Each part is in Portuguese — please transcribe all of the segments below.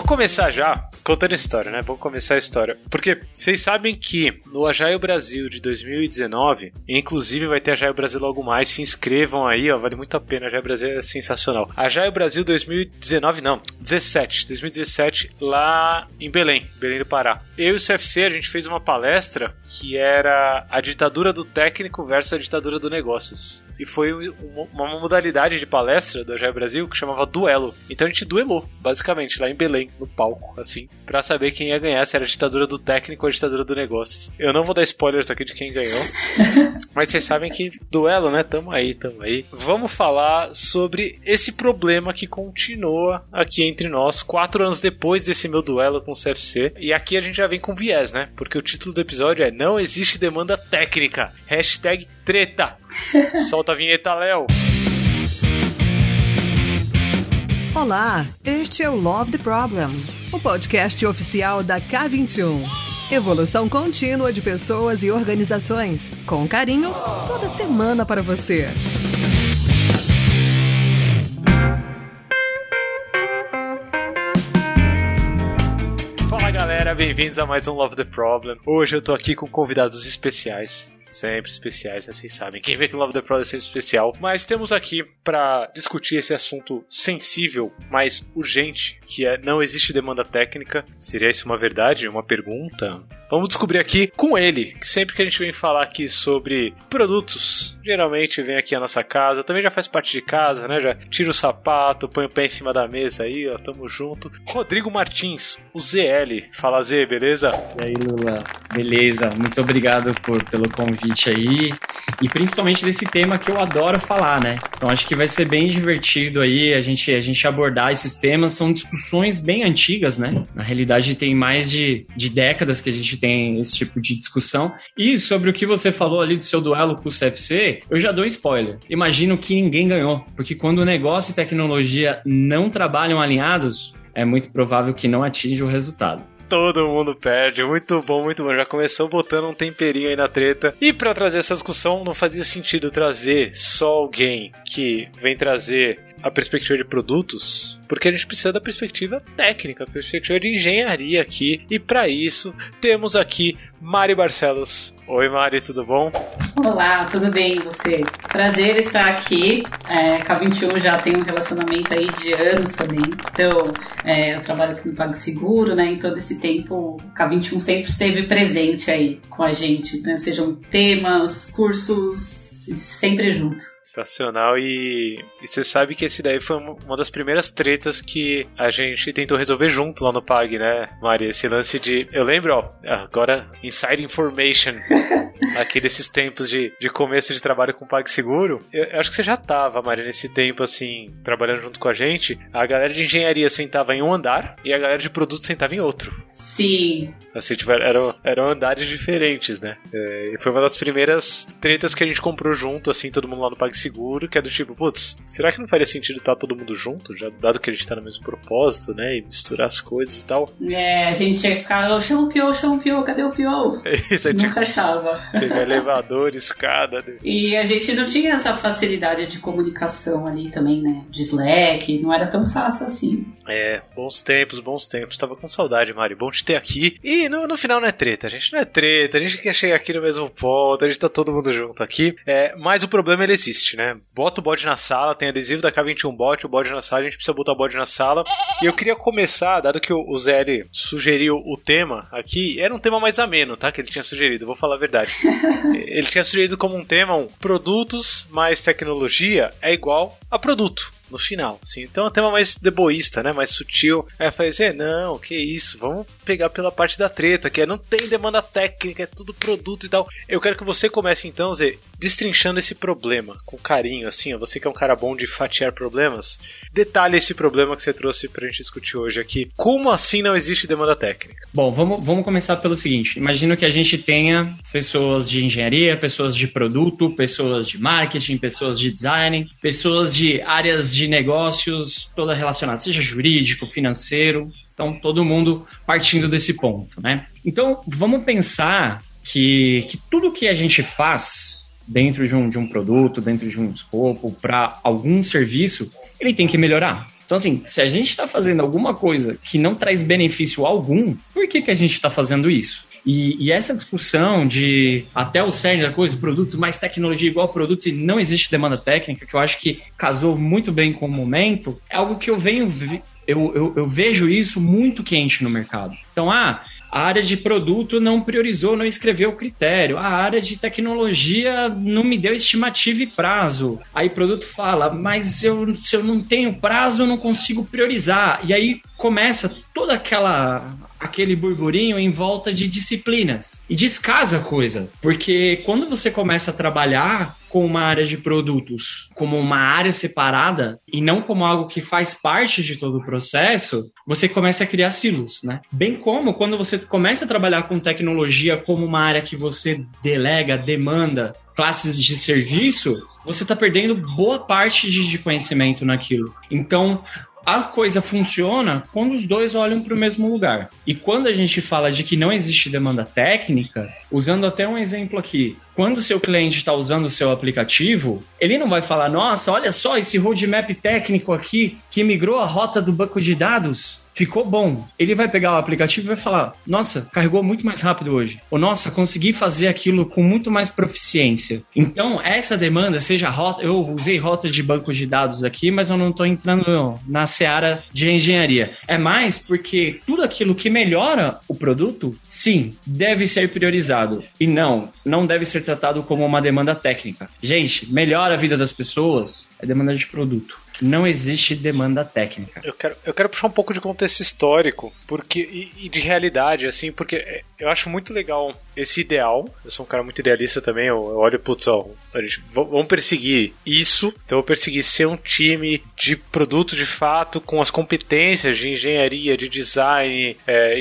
começar já contando a história, né? Vamos começar a história. Porque vocês sabem que no Agile Brasil de 2019, inclusive vai ter Agile Brasil logo mais, se inscrevam aí, ó, vale muito a pena, Agile Brasil é sensacional. Agile Brasil 2017, lá em Belém do Pará. Eu e o CFC, a gente fez uma palestra que era a ditadura do técnico versus a ditadura do negócios. E foi uma modalidade de palestra do Agile Brasil que chamava duelo. Então a gente duelou, basicamente, lá em Belém, no palco, assim, pra saber quem ia ganhar, se era a ditadura do técnico ou a ditadura do negócios. Eu não vou dar spoilers aqui de quem ganhou, mas vocês sabem que duelo, né? Tamo aí. Vamos falar sobre esse problema que continua aqui entre nós, 4 anos depois desse meu duelo com o CFC. E aqui a gente já vem com viés, né? Porque o título do episódio é Não Existe Demanda Técnica. #treta. Solta a vinheta, Léo. Olá, este é o Love the Problem, o podcast oficial da K21. Evolução contínua de pessoas e organizações, com carinho, toda semana para você. Fala galera, bem-vindos a mais um Love the Problem. Hoje eu tô aqui com convidados especiais. Sempre especiais, né? Vocês sabem. Quem vê que o Love the Problem é sempre especial. Mas temos aqui pra discutir esse assunto sensível, mas urgente, que é não existe demanda técnica. Seria isso uma verdade? Uma pergunta? Vamos descobrir aqui com ele, que sempre que a gente vem falar aqui sobre produtos, geralmente vem aqui à nossa casa, também já faz parte de casa, né? Já tira o sapato, põe o pé em cima da mesa aí, ó, tamo junto. Rodrigo Martins, o ZL. Fala Z, beleza? E aí, Lula? Beleza, muito obrigado pelo convite aí, e principalmente desse tema que eu adoro falar, né? Então acho que vai ser bem divertido aí a gente abordar esses temas. São discussões bem antigas, né? Na realidade tem mais de décadas que a gente tem esse tipo de discussão. E sobre o que você falou ali do seu duelo com o CFC, eu já dou um spoiler. Imagino que ninguém ganhou, porque quando o negócio e tecnologia não trabalham alinhados, é muito provável que não atinja o resultado. Todo mundo perde, muito bom, já começou botando um temperinho aí na treta. E pra trazer essa discussão não fazia sentido trazer só alguém que vem trazer a perspectiva de produtos, porque a gente precisa da perspectiva técnica, a perspectiva de engenharia aqui, e para isso temos aqui Mari Barcelos. Oi Mari, tudo bom? Olá, tudo bem e você? Prazer estar aqui. K21 já tem um relacionamento aí de anos também, então eu trabalho aqui no PagSeguro, né? Em todo esse tempo K21 sempre esteve presente aí com a gente, né? Sejam temas, cursos, sempre junto. Sensacional, e você sabe que esse daí foi uma das primeiras tretas que a gente tentou resolver junto lá no Pag, né, Mari? Esse lance de... Eu lembro, ó, agora Inside Information, aqui desses tempos de começo de trabalho com PagSeguro. Eu acho que você já tava, Mari, nesse tempo, assim, trabalhando junto com a gente. A galera de engenharia sentava em um andar e a galera de produto sentava em outro. Sim. Assim, tipo, eram andares diferentes, né? E foi uma das primeiras tretas que a gente comprou junto, assim, todo mundo lá no PagSeguro, que é do tipo, putz, será que não faria sentido estar todo mundo junto, já dado que a gente tá no mesmo propósito, né? E misturar as coisas e tal. A gente tinha que ficar, chama o PO, cadê o PO? Isso, nunca achava. Pegar elevador, escada. Né? E a gente não tinha essa facilidade de comunicação ali também, né? De Slack, não era tão fácil assim. Bons tempos. Tava com saudade, Mari. Bom te ter aqui. E no final não é treta, a gente não é treta, a gente quer chegar aqui no mesmo ponto, a gente tá todo mundo junto aqui. Mas o problema, ele existe, né? Bota o bode na sala, tem adesivo da K21 bot, o bode na sala, a gente precisa botar o bode na sala. E eu queria começar, dado que o Zé sugeriu o tema aqui, era um tema mais ameno, tá? Que ele tinha sugerido, vou falar a verdade. Ele tinha sugerido como um tema, produtos mais tecnologia é igual a produto. No final, assim. Então é um tema mais deboísta, né? Mais sutil. Aí eu falei assim, não, que isso, vamos pegar pela parte da treta, que não tem demanda técnica, é tudo produto e tal. Eu quero que você comece então, Zé, destrinchando esse problema, com carinho, assim, ó. Você que é um cara bom de fatiar problemas, detalhe esse problema que você trouxe pra gente discutir hoje aqui. Como assim não existe demanda técnica? Bom, vamos começar pelo seguinte. Imagino que a gente tenha pessoas de engenharia, pessoas de produto, pessoas de marketing, pessoas de design, pessoas de áreas de negócios, toda relacionada, seja jurídico, financeiro. Então, todo mundo partindo desse ponto, né? Então, vamos pensar que tudo que a gente faz dentro de um produto, dentro de um escopo, para algum serviço, ele tem que melhorar. Então, assim, se a gente está fazendo alguma coisa que não traz benefício algum, por que a gente está fazendo isso? E essa discussão de até o cerne da coisa, produtos mais tecnologia igual produtos e não existe demanda técnica, que eu acho que casou muito bem com o momento, é algo que eu vejo isso muito quente no mercado. Então, a área de produto não priorizou, não escreveu o critério. A área de tecnologia não me deu estimativa e prazo. Aí o produto fala, mas se eu não tenho prazo, eu não consigo priorizar. E aí começa toda aquele burburinho em volta de disciplinas. E descasa a coisa. Porque quando você começa a trabalhar com uma área de produtos como uma área separada e não como algo que faz parte de todo o processo, você começa a criar silos, né? Bem como quando você começa a trabalhar com tecnologia como uma área que você delega, demanda classes de serviço, você está perdendo boa parte de conhecimento naquilo. Então, a coisa funciona quando os dois olham para o mesmo lugar. E quando a gente fala de que não existe demanda técnica, usando até um exemplo aqui, quando o seu cliente está usando o seu aplicativo, ele não vai falar, nossa, olha só esse roadmap técnico aqui que migrou a rota do banco de dados. Ficou bom. Ele vai pegar o aplicativo e vai falar, nossa, carregou muito mais rápido hoje. Ou, nossa, consegui fazer aquilo com muito mais proficiência. Então, essa demanda, seja rota, eu usei rota de banco de dados aqui, mas eu não estou entrando na seara de engenharia. É mais porque tudo aquilo que melhora o produto, sim, deve ser priorizado. E não deve ser tratado como uma demanda técnica. Gente, melhora a vida das pessoas é demanda de produto. Não existe demanda técnica. Eu quero puxar um pouco de contexto histórico e de realidade, assim, porque eu acho muito legal esse ideal. Eu sou um cara muito idealista também. Eu olho, vamos perseguir isso. Então eu vou perseguir ser um time de produto de fato, com as competências de engenharia, de design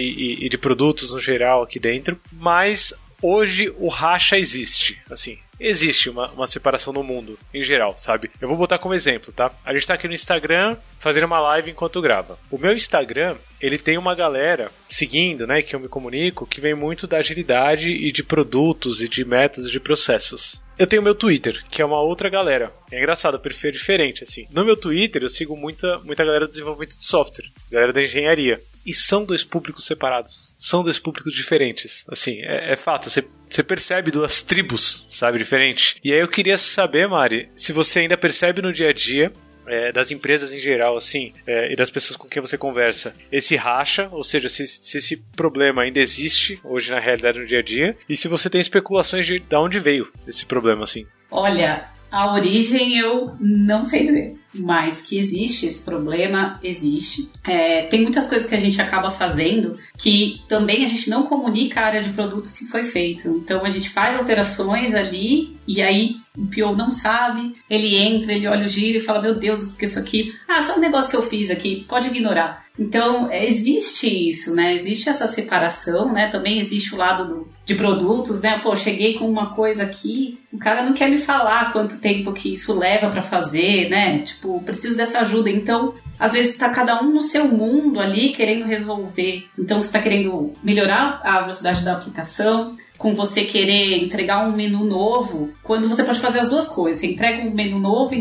e de produtos no geral aqui dentro. Mas hoje o racha existe, assim. Existe uma separação no mundo, em geral, sabe? Eu vou botar como exemplo, tá? A gente tá aqui no Instagram fazendo uma live enquanto grava. O meu Instagram, ele tem uma galera seguindo, né, que eu me comunico, que vem muito da agilidade e de produtos e de métodos de processos. Eu tenho o meu Twitter, que é uma outra galera. É engraçado, o perfil é diferente, assim. No meu Twitter, eu sigo muita galera do desenvolvimento de software, galera da engenharia. E são dois públicos separados. São dois públicos diferentes. Assim, é fato. Você percebe duas tribos, sabe, diferente. E aí eu queria saber, Mari, se você ainda percebe no dia a dia, das empresas em geral, assim, e das pessoas com quem você conversa, esse racha, ou seja, se esse problema ainda existe hoje na realidade no dia a dia, e se você tem especulações de onde veio esse problema, assim. Olha, a origem eu não sei dizer, mas que existe esse problema, existe. Tem muitas coisas que a gente acaba fazendo que também a gente não comunica a área de produtos que foi feito. Então a gente faz alterações ali e aí o PO não sabe, ele entra, ele olha o giro e fala, meu Deus, o que é isso aqui? Só um negócio que eu fiz aqui, pode ignorar. Então, existe isso, né? Existe essa separação, né? Também existe o lado de produtos, né? Pô, cheguei com uma coisa aqui, o cara não quer me falar quanto tempo que isso leva pra fazer, né? Tipo, preciso dessa ajuda. Então, às vezes tá cada um no seu mundo ali querendo resolver. Então, você tá querendo melhorar a velocidade da aplicação, com você querer entregar um menu novo, quando você pode fazer as duas coisas. Você entrega um menu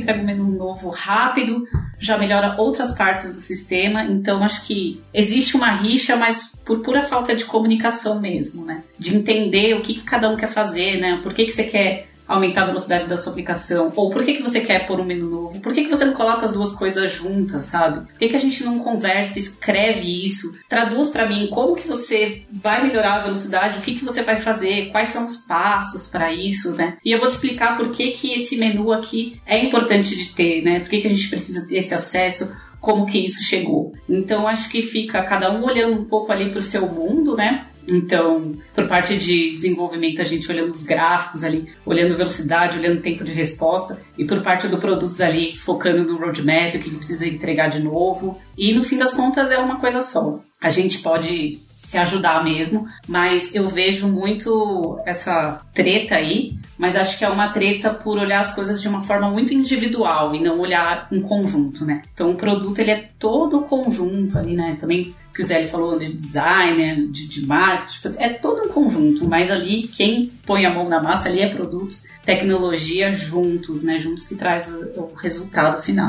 novo rápido, já melhora outras partes do sistema. Então, acho que existe uma rixa, mas por pura falta de comunicação mesmo, né? De entender o que cada um quer fazer, né? Por que você quer aumentar a velocidade da sua aplicação? Ou por que você quer pôr um menu novo? Por que você não coloca as duas coisas juntas, sabe? Por que a gente não conversa, escreve isso? Traduz pra mim como que você vai melhorar a velocidade, o que você vai fazer, quais são os passos pra isso, né? E eu vou te explicar por que esse menu aqui é importante de ter, né? Por que a gente precisa ter esse acesso, como que isso chegou. Então, acho que fica cada um olhando um pouco ali pro seu mundo, né? Então, por parte de desenvolvimento, a gente olhando os gráficos ali, olhando velocidade, olhando tempo de resposta, e por parte do produtos ali, focando no roadmap, o que precisa entregar de novo. E no fim das contas é uma coisa só. A gente pode se ajudar mesmo, mas eu vejo muito essa treta aí, mas acho que é uma treta por olhar as coisas de uma forma muito individual e não olhar um conjunto, né? Então o produto, ele é todo conjunto ali, né? Também que o Zé falou de design, né? de marketing, é todo um conjunto, mas ali quem põe a mão na massa ali é produtos, tecnologia juntos, né? Juntos que traz o resultado final.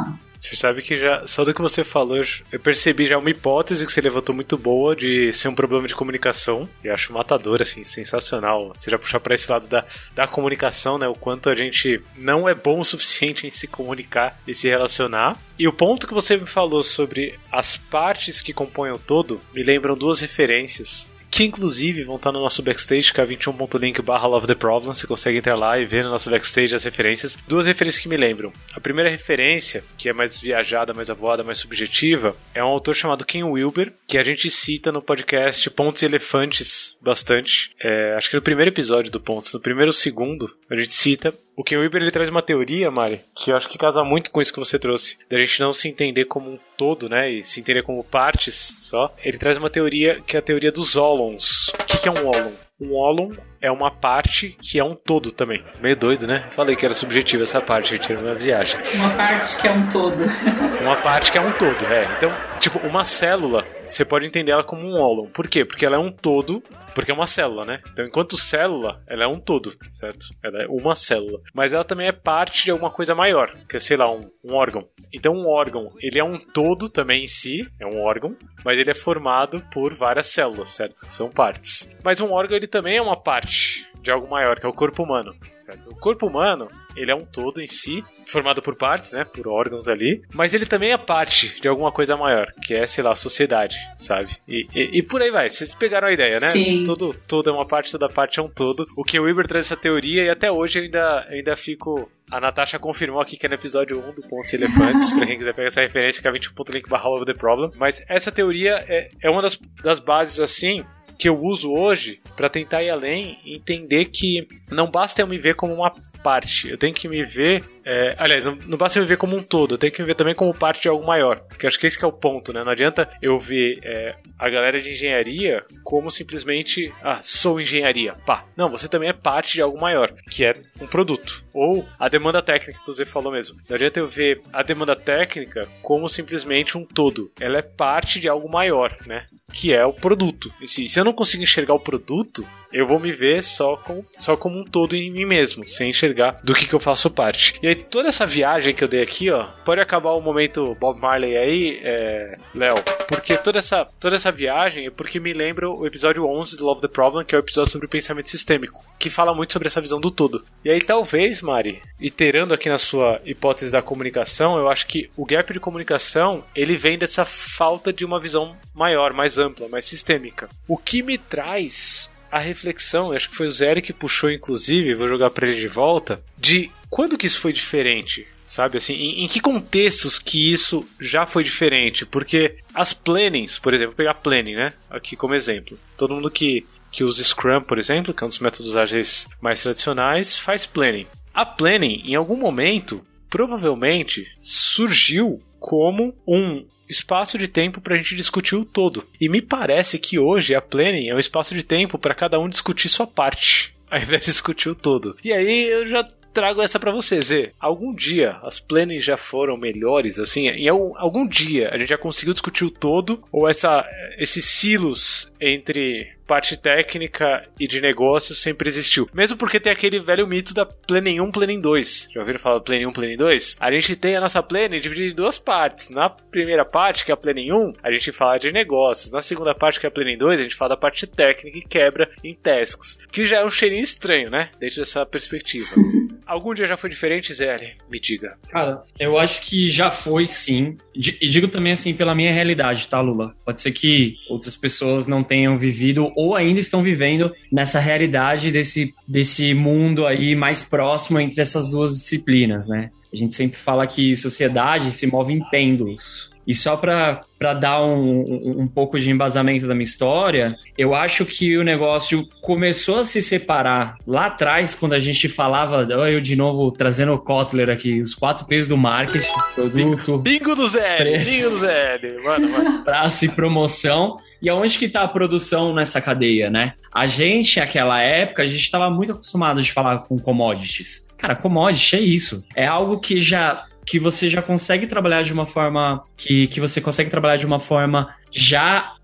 Você sabe que já, só do que você falou, eu percebi já uma hipótese que você levantou muito boa de ser um problema de comunicação. E acho matador, assim, sensacional. Você já puxar pra esse lado da comunicação, né? O quanto a gente não é bom o suficiente em se comunicar e se relacionar. E o ponto que você me falou sobre as partes que compõem o todo me lembram duas referências que inclusive vão estar no nosso backstage, que é 21.link/LoveTheProblem. Você consegue entrar lá e ver no nosso backstage as referências. Duas referências que me lembram. A primeira referência, que é mais viajada, mais avoada, mais subjetiva, é um autor chamado Ken Wilber, que a gente cita no podcast Pontos e Elefantes bastante. Acho que no primeiro episódio do Pontos, no primeiro ou segundo, a gente cita. O Ken Wilber, ele traz uma teoria, Mari, que eu acho que casa muito com isso que você trouxe, da gente não se entender como um todo, né, e se entender como partes só. Ele traz uma teoria que é a teoria dos ólons. O que é um ólon? Um ólon é uma parte que é um todo também. Meio doido, né? Falei que era subjetiva essa parte, gente, era uma viagem. Uma parte que é um todo. Uma parte que é um todo, Então, tipo, uma célula, você pode entender ela como um ólon. Por quê? Porque ela é um todo, porque é uma célula, né? Então, enquanto célula, ela é um todo, certo? Ela é uma célula. Mas ela também é parte de alguma coisa maior, que é, sei lá, um órgão. Então, um órgão, ele é um todo também em si, é um órgão, mas ele é formado por várias células, certo? Que são partes. Mas um órgão, ele também é uma parte de algo maior, que é o corpo humano, certo? O corpo humano, ele é um todo em si, formado por partes, né, por órgãos ali, mas ele também é parte de alguma coisa maior, que é, sei lá, a sociedade, sabe? E por aí vai, vocês pegaram a ideia, né? Sim. Tudo é uma parte, toda parte é um todo. O Ken Wilber traz essa teoria e até hoje eu ainda fico... A Natasha confirmou aqui que é no episódio 1 do Pontos e Elefantes, pra quem quiser pegar essa referência, que é 21.link/LoveTheProblem. Mas essa teoria é uma das bases, assim, que eu uso hoje pra tentar ir além e entender que não basta eu me ver como uma parte, eu tenho que me ver... aliás, não basta eu me ver como um todo, eu tenho que me ver também como parte de algo maior, porque acho que esse que é o ponto, né? Não adianta eu ver a galera de engenharia como simplesmente, sou engenharia, pá. Não, você também é parte de algo maior, que é um produto, ou a demanda técnica que você falou mesmo. Não adianta eu ver a demanda técnica como simplesmente um todo, ela é parte de algo maior, né? Que é o produto. E se eu não consigo enxergar o produto, eu vou me ver só como um todo em mim mesmo, sem enxergar do que eu faço parte. E aí toda essa viagem que eu dei aqui, ó, pode acabar o momento Bob Marley aí, Léo, porque toda essa viagem é porque me lembra o episódio 11 do Love the Problem, que é o episódio sobre o pensamento sistêmico, que fala muito sobre essa visão do todo. E aí talvez, Mari, iterando aqui na sua hipótese da comunicação, eu acho que o gap de comunicação, ele vem dessa falta de uma visão maior, mais ampla, mais sistêmica. O que me traz a reflexão, acho que foi o Zé que puxou, inclusive, vou jogar pra ele de volta, de quando que isso foi diferente, sabe, assim, em que contextos que isso já foi diferente, porque as plannings, por exemplo, vou pegar planning, né, aqui como exemplo, todo mundo que usa Scrum, por exemplo, que é um dos métodos ágeis mais tradicionais, faz planning. A planning, em algum momento, provavelmente, surgiu como um espaço de tempo para a gente discutir o todo. E me parece que hoje a planning é um espaço de tempo para cada um discutir sua parte, ao invés de discutir o todo. E aí eu já trago essa para você, Zé. Algum dia as plannings já foram melhores, assim? Em algum dia a gente já conseguiu discutir o todo? Ou esses silos entre parte técnica e de negócios sempre existiu? Mesmo porque tem aquele velho mito da Planning 1, Planning 2. Já ouviram falar do Planning 1, Planning 2? A gente tem a nossa Planning dividida em duas partes. Na primeira parte, que é a Planning 1, a gente fala de negócios. Na segunda parte, que é a Planning 2, a gente fala da parte técnica e quebra em tasks. Que já é um cheirinho estranho, né? Dentro dessa perspectiva. Algum dia já foi diferente, Zé? Me diga. Cara, eu acho que já foi, sim. E digo também, assim, pela minha realidade, tá, Lula? Pode ser que outras pessoas não tenham vivido ou ainda estão vivendo nessa realidade desse mundo aí mais próximo entre essas duas disciplinas, né? A gente sempre fala que sociedade se move em pêndulos. E só para dar um pouco de embasamento da minha história, eu acho que o negócio começou a se separar lá atrás, quando a gente falava, eu de novo trazendo o Kotler aqui, os 4 P's do marketing, produto... Bingo do Zé! Bingo do Zé! Mano. Praça e promoção. E aonde que tá a produção nessa cadeia, né? A gente, naquela época, a gente estava muito acostumado de falar com commodities. Cara, commodity é isso. É algo que você já consegue trabalhar de uma forma que você consegue trabalhar de uma forma já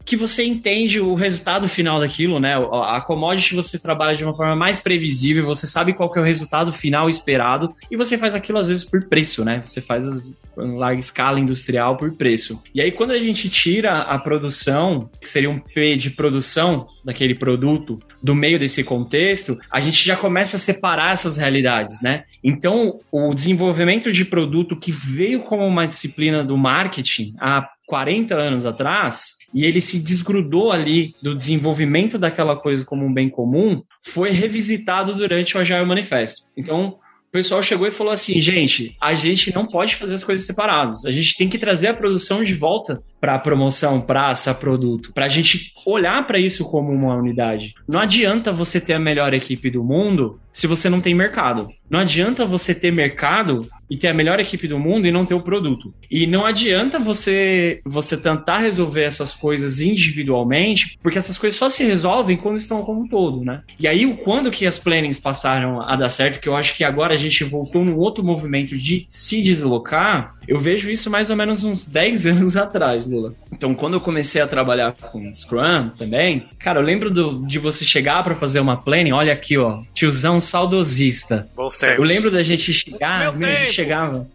que você entende o resultado final daquilo, né? A commodity você trabalha de uma forma mais previsível, você sabe qual que é o resultado final esperado e você faz aquilo às vezes por preço, né? Você faz em larga escala industrial por preço. E aí quando a gente tira a produção, que seria um P de produção daquele produto, do meio desse contexto, a gente já começa a separar essas realidades, né? Então, o desenvolvimento de produto que veio como uma disciplina do marketing há 40 anos atrás, e ele se desgrudou ali do desenvolvimento daquela coisa como um bem comum, foi revisitado durante o Agile Manifesto. Então, o pessoal chegou e falou assim, gente, a gente não pode fazer as coisas separadas, a gente tem que trazer a produção de volta para a promoção, praça, produto, para a gente olhar para isso como uma unidade. Não adianta você ter a melhor equipe do mundo se você não tem mercado. Não adianta você ter mercado e ter a melhor equipe do mundo e não ter o produto. E não adianta você tentar resolver essas coisas individualmente, porque essas coisas só se resolvem quando estão como um todo, né? E aí, quando que as plannings passaram a dar certo, que eu acho que agora a gente voltou num outro movimento de se deslocar, eu vejo isso mais ou menos uns 10 anos atrás, Lula. Então, quando eu comecei a trabalhar com Scrum também, cara, eu lembro de você chegar pra fazer uma planning, olha aqui, ó, tiozão saudosista. Bons tempos. Eu lembro da gente chegar, a gente chegava...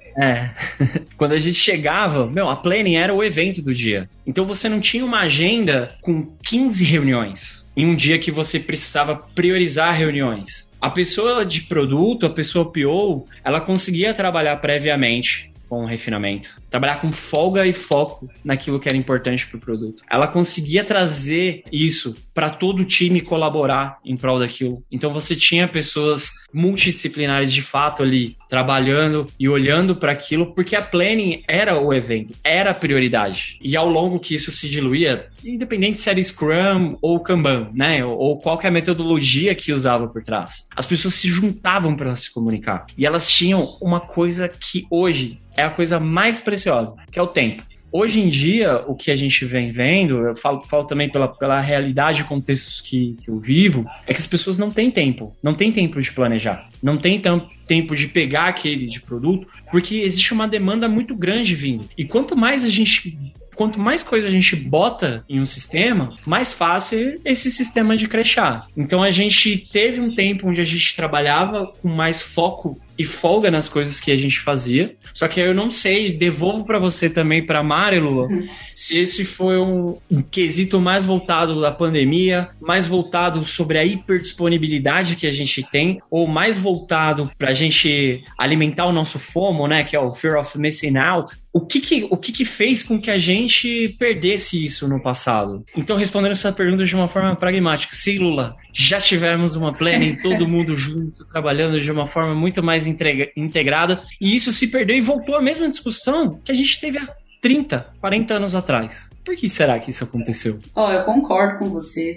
Quando a gente chegava, a planning era o evento do dia. Então, você não tinha uma agenda com 15 reuniões em um dia que você precisava priorizar reuniões. A pessoa de produto, a pessoa PO, ela conseguia trabalhar previamente com refinamento, trabalhar com folga e foco naquilo que era importante para o produto. Ela conseguia trazer isso para todo o time colaborar em prol daquilo. Então você tinha pessoas multidisciplinares de fato ali, trabalhando e olhando para aquilo, porque a planning era o evento, era a prioridade. E ao longo que isso se diluía, independente se era Scrum ou Kanban, né, ou qual que é a metodologia que usava por trás, as pessoas se juntavam para se comunicar. E elas tinham uma coisa que hoje é a coisa mais preciosa, que é o tempo. Hoje em dia, o que a gente vem vendo, eu falo também pela realidade e contextos que eu vivo, é que as pessoas não têm tempo. Não tem tempo de planejar. Não tem tempo de pegar aquele de produto, porque existe uma demanda muito grande vindo. E quanto mais coisa a gente bota em um sistema, mais fácil é esse sistema de crashar. Então a gente teve um tempo onde a gente trabalhava com mais foco e folga nas coisas que a gente fazia. Só que eu não sei, devolvo para você também, para Mari, Lula, se esse foi um quesito mais voltado da pandemia, mais voltado sobre a hiperdisponibilidade que a gente tem, ou mais voltado para a gente alimentar o nosso FOMO, né, que é o Fear of Missing Out. O que fez com que a gente perdesse isso no passado? Então, respondendo essa pergunta de uma forma pragmática, sim, Lula, já tivemos uma planning, todo mundo junto, trabalhando de uma forma muito mais integrada, e isso se perdeu e voltou à mesma discussão que a gente teve há 30, 40 anos atrás. Por que será que isso aconteceu? Eu concordo com você,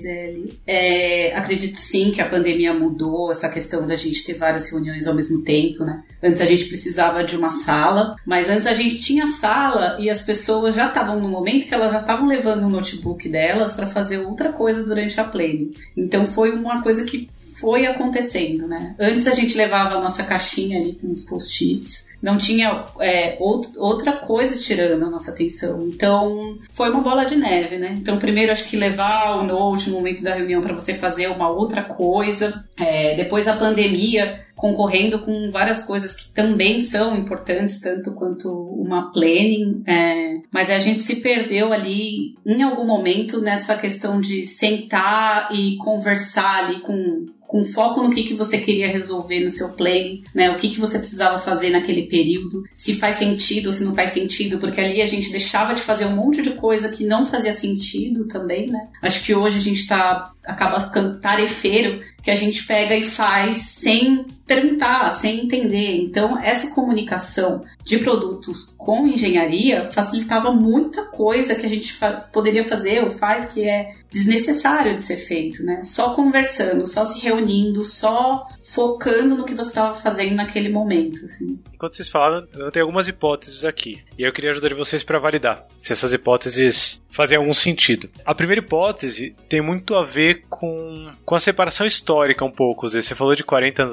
Zé. Acredito sim que a pandemia mudou essa questão da gente ter várias reuniões ao mesmo tempo, né? Antes a gente precisava de uma sala, mas antes a gente tinha sala e as pessoas já estavam no momento que elas já estavam levando o notebook delas para fazer outra coisa durante a planning. Então foi uma coisa que foi acontecendo, né? Antes a gente levava a nossa caixinha ali com os post-its, não tinha outra coisa tirando a nossa atenção. Então, foi uma bola de neve, né? Então, primeiro, acho que levar o note no momento da reunião para você fazer uma outra coisa. Depois, a pandemia, concorrendo com várias coisas que também são importantes, tanto quanto uma planning. Mas a gente se perdeu ali, em algum momento, nessa questão de sentar e conversar ali com foco no que você queria resolver no seu planning, né? O que você precisava fazer naquele período, se faz sentido ou se não faz sentido, porque ali a gente deixava de fazer um monte de coisa que não fazia sentido também, né? Acho que hoje a gente acaba ficando tarefeiro, que a gente pega e faz sem perguntar, sem entender. Então, essa comunicação de produtos com engenharia facilitava muita coisa que a gente poderia fazer ou faz que é desnecessário de ser feito, né? Só conversando, só se reunindo, só focando no que você estava fazendo naquele momento, assim. Enquanto vocês falaram, eu tenho algumas hipóteses aqui. E eu queria ajudar de vocês para validar se essas hipóteses fazem algum sentido. A primeira hipótese tem muito a ver com a separação histórica um pouco. Você falou de 40 anos atrás,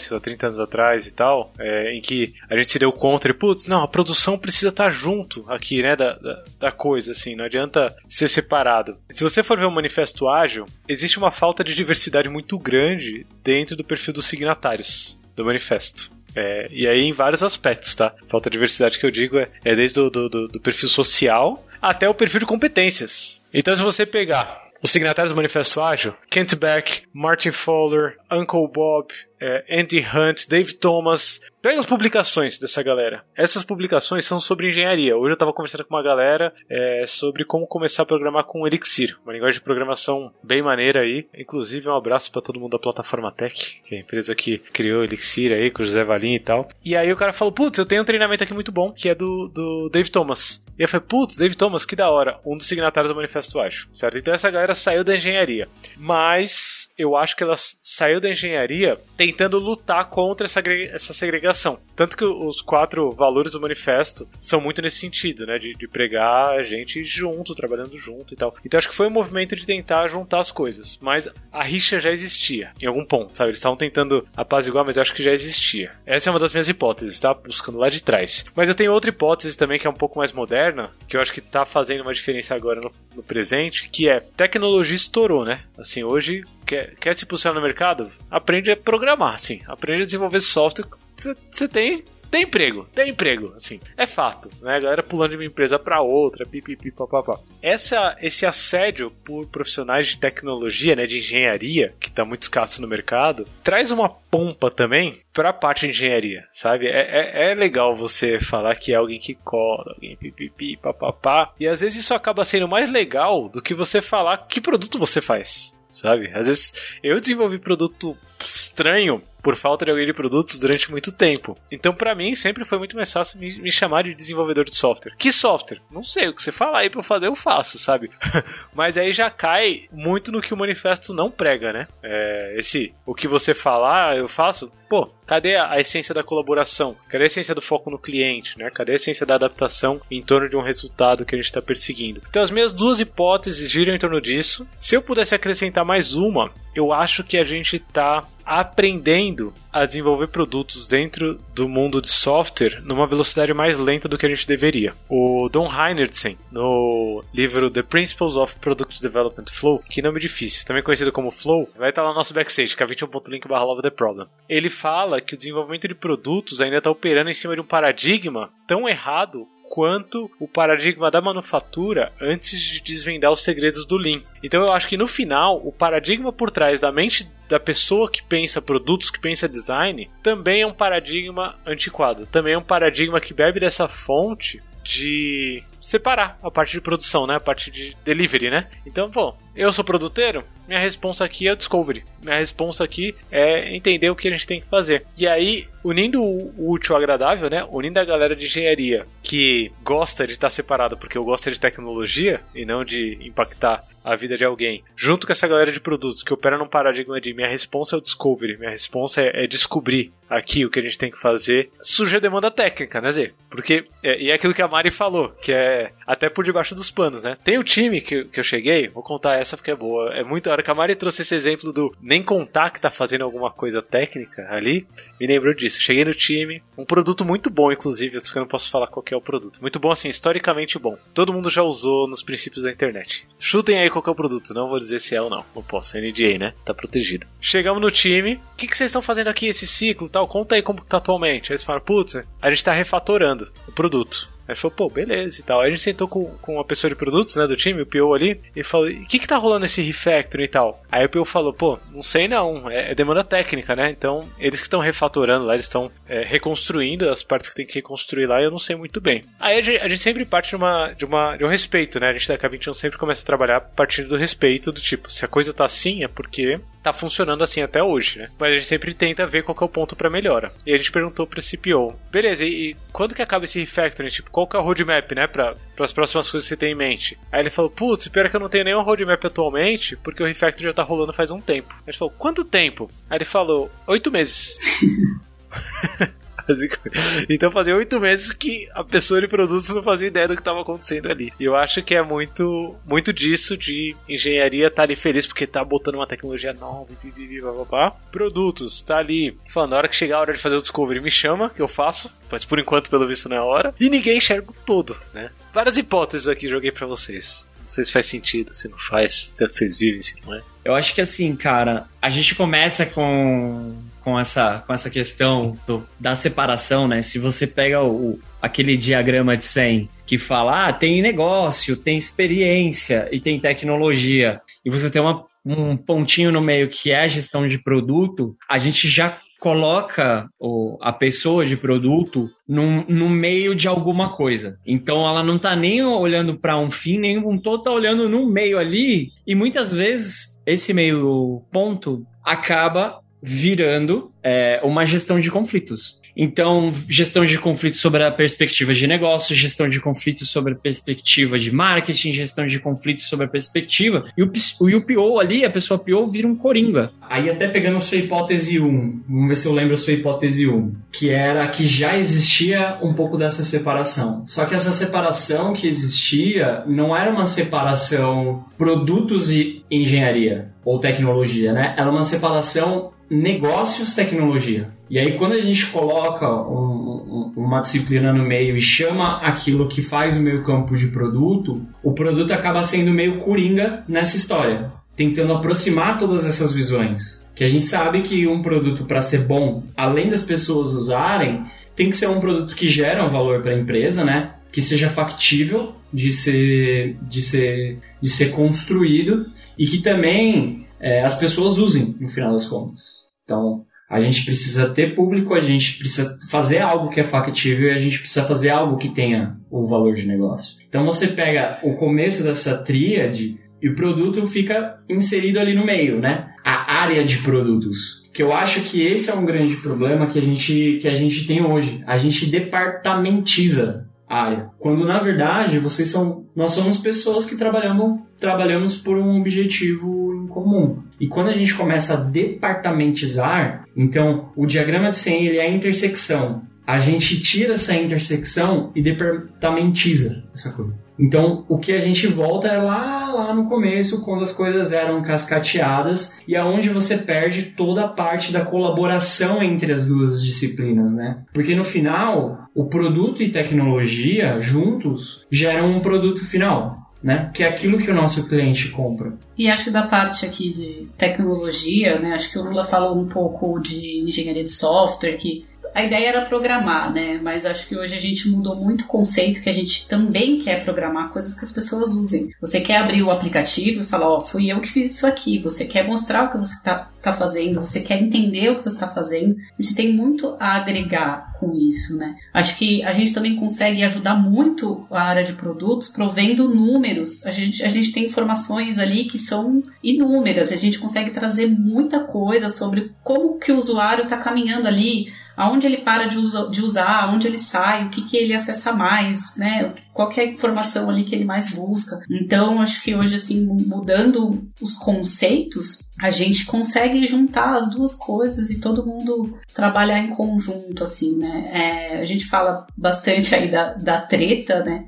início, há 30 anos atrás e tal, em que a gente se deu conta e, não, a produção precisa estar junto aqui, né, da coisa, assim, não adianta ser separado. Se você for ver o Manifesto Ágil, existe uma falta de diversidade muito grande dentro do perfil dos signatários do manifesto. E aí em vários aspectos, tá? Falta de diversidade que eu digo é desde do perfil social até o perfil de competências. Então se você pegar os signatários do Manifesto Ágil, Kent Beck, Martin Fowler, Uncle Bob, Andy Hunt, Dave Thomas, pega as publicações dessa galera. Essas publicações são sobre engenharia. Hoje eu estava conversando com uma galera sobre como começar a programar com Elixir, uma linguagem de programação bem maneira aí. Inclusive um abraço para todo mundo da Plataforma Tech, que é a empresa que criou Elixir aí, com o José Valim e tal. E aí o cara falou, eu tenho um treinamento aqui muito bom, que é do Dave Thomas. E eu falei, Dave Thomas, que da hora, um dos signatários do Manifesto Ágil, certo? Então essa galera saiu da engenharia, mas eu acho que ela saiu da engenharia tentando lutar contra essa segregação. Tanto que os 4 valores do manifesto são muito nesse sentido, né? De pregar a gente junto, trabalhando junto e tal. Então acho que foi um movimento de tentar juntar as coisas. Mas a rixa já existia, em algum ponto, sabe? Eles estavam tentando apaziguar, mas eu acho que já existia. Essa é uma das minhas hipóteses, tá? Buscando lá de trás. Mas eu tenho outra hipótese também que é um pouco mais moderna, que eu acho que tá fazendo uma diferença agora no presente, que é tecnologia estourou, né? Assim, hoje quer se posicionar no mercado? Aprende a programar, assim. Aprende a desenvolver software. Você tem emprego, assim. É fato, né? A galera pulando de uma empresa pra outra, pipipi, papapá. Esse assédio por profissionais de tecnologia, né, de engenharia, que tá muito escasso no mercado, traz uma pompa também pra parte de engenharia, sabe? É legal você falar que é alguém que coda, alguém pipipi, papapá, e às vezes isso acaba sendo mais legal do que você falar que produto você faz, sabe? Às vezes eu desenvolvi produto estranho por falta de alguém de produtos durante muito tempo. Então, pra mim, sempre foi muito mais fácil me chamar de desenvolvedor de software. Que software? Não sei, o que você falar aí pra eu fazer, eu faço, sabe? Mas aí já cai muito no que o manifesto não prega, né? O que você falar, eu faço. Cadê a essência da colaboração? Cadê a essência do foco no cliente, né? Cadê a essência da adaptação em torno de um resultado que a gente está perseguindo? Então, as minhas 2 hipóteses giram em torno disso. Se eu pudesse acrescentar mais uma, eu acho que a gente está aprendendo a desenvolver produtos dentro do mundo de software numa velocidade mais lenta do que a gente deveria. O Don Heinertsen, no livro The Principles of Product Development Flow, que nome difícil, também conhecido como Flow, vai estar lá no nosso backstage, k21.link/LoveTheProblem. Ele fala que o desenvolvimento de produtos ainda está operando em cima de um paradigma tão errado quanto o paradigma da manufatura antes de desvendar os segredos do Lean. Então eu acho que no final, o paradigma por trás da mente da pessoa que pensa produtos, que pensa design, também é um paradigma antiquado. Também é um paradigma que bebe dessa fonte de separar a parte de produção, né? A parte de delivery, né? Então, eu sou produteiro, minha responsa aqui é o discovery. Minha responsa aqui é entender o que a gente tem que fazer. E aí, unindo o útil ao agradável, né? Unindo a galera de engenharia que gosta de estar separado porque eu gosto de tecnologia e não de impactar a vida de alguém, junto com essa galera de produtos que opera num paradigma de minha responsa é o discovery, minha responsa é descobrir aqui o que a gente tem que fazer, surge a demanda técnica, né, Zê? Porque, e é aquilo que a Mari falou, que é até por debaixo dos panos, né? Tem um time que eu cheguei, vou contar essa porque é boa, é muito da hora que a Mari trouxe esse exemplo do nem contar que tá fazendo alguma coisa técnica ali, me lembrou disso. Cheguei no time, um produto muito bom, inclusive, eu não posso falar qual que é o produto. Muito bom, assim, historicamente bom. Todo mundo já usou nos princípios da internet. Chutem aí qual que é o produto, não vou dizer se é ou não. Não posso, NDA, né? Tá protegido. Chegamos no time, o que vocês estão fazendo aqui, esse ciclo e tal? Conta aí como tá atualmente. Aí eles falaram, a gente tá refatorando o produto. Aí ele falou, beleza e tal. Aí a gente sentou com a pessoa de produtos, né, do time, o PO ali, e falou, o que tá rolando esse refactoring e tal? Aí o PO falou, não sei não, é demanda técnica, né? Então, eles que estão refatorando lá, eles estão reconstruindo as partes que tem que reconstruir lá, e eu não sei muito bem. Aí a gente sempre parte de um respeito, né? A gente da K21 sempre começa a trabalhar a partir do respeito, do tipo, se a coisa tá assim, é porque tá funcionando assim até hoje, né? Mas a gente sempre tenta ver qual que é o ponto pra melhora. E a gente perguntou pro CPO, beleza, e quando que acaba esse refactoring? Tipo, qual que é o roadmap, né, para as próximas coisas que você tem em mente? Aí ele falou, pior é que eu não tenho nenhuma roadmap atualmente, porque o refactoring já tá rolando faz um tempo. Aí ele falou, quanto tempo? Aí ele falou, 8 meses. basicamente. Então fazia 8 meses que a pessoa de produtos não fazia ideia do que estava acontecendo ali. E eu acho que é muito disso de engenharia tá ali feliz porque tá botando uma tecnologia nova, blá. Produtos, tá ali falando, na hora que chegar a hora de fazer o discovery, me chama, que eu faço, mas por enquanto, pelo visto, não é a hora. E ninguém enxerga o todo, né? Várias hipóteses aqui joguei pra vocês. Não sei se faz sentido, se não faz, se é o que vocês vivem, se não é. Eu acho que assim, cara, a gente começa com essa questão da separação, né? Se você pega aquele diagrama de 100 que fala, tem negócio, tem experiência e tem tecnologia, e você tem um pontinho no meio que é a gestão de produto, a gente já coloca a pessoa de produto no meio de alguma coisa. Então ela não tá nem olhando para um fim, nem um todo, tá olhando no meio ali, e muitas vezes esse meio ponto acaba virando uma gestão de conflitos. Então, gestão de conflitos sobre a perspectiva de negócio, gestão de conflitos sobre a perspectiva de marketing, gestão de conflitos sobre a perspectiva, e o PO ali, a pessoa PO vira um coringa. Aí até pegando a sua hipótese 1, vamos ver se eu lembro a sua hipótese 1, que era que já existia um pouco dessa separação. Só que essa separação que existia não era uma separação produtos e engenharia ou tecnologia, né? Era uma separação negócios, tecnologia. E aí quando a gente coloca uma disciplina no meio e chama aquilo que faz o meio campo de produto, o produto acaba sendo meio coringa nessa história, tentando aproximar todas essas visões. Que a gente sabe que um produto, para ser bom, além das pessoas usarem, tem que ser um produto que gera um valor para a empresa, né? Que seja factível de ser construído e que também as pessoas usem, no final das contas. Então, a gente precisa ter público, a gente precisa fazer algo que é factível e a gente precisa fazer algo que tenha o valor de negócio. Então, você pega o começo dessa tríade e o produto fica inserido ali no meio, né? A área de produtos. Que eu acho que esse é um grande problema que a gente tem hoje. A gente departamentiza a área. Quando, na verdade, nós somos pessoas que trabalhamos por um objetivo em comum. E quando a gente começa a departamentizar, então, o diagrama de 100 ele é a intersecção. A gente tira essa intersecção e departamentiza essa coisa. Então, o que a gente volta é lá no começo, quando as coisas eram cascateadas, e aonde você perde toda a parte da colaboração entre as duas disciplinas, né? Porque no final, o produto e tecnologia juntos geram um produto final, né? Que é aquilo que o nosso cliente compra. E acho que da parte aqui de tecnologia, né? Acho que o Lula falou um pouco de engenharia de software, que a ideia era programar, né? Mas acho que hoje a gente mudou muito o conceito, que a gente também quer programar coisas que as pessoas usem. Você quer abrir o aplicativo e falar, fui eu que fiz isso aqui. Você quer mostrar o que você tá fazendo, você quer entender o que você está fazendo. E você tem muito a agregar com isso, né? Acho que a gente também consegue ajudar muito a área de produtos provendo números. A gente tem informações ali que são inúmeras. A gente consegue trazer muita coisa sobre como que o usuário está caminhando ali, aonde ele para de usar, aonde ele sai, o que ele acessa mais, né? Qual que é a informação ali que ele mais busca. Então, acho que hoje, assim, mudando os conceitos, a gente consegue juntar as duas coisas e todo mundo trabalhar em conjunto, assim, né? A gente fala bastante aí da treta, né?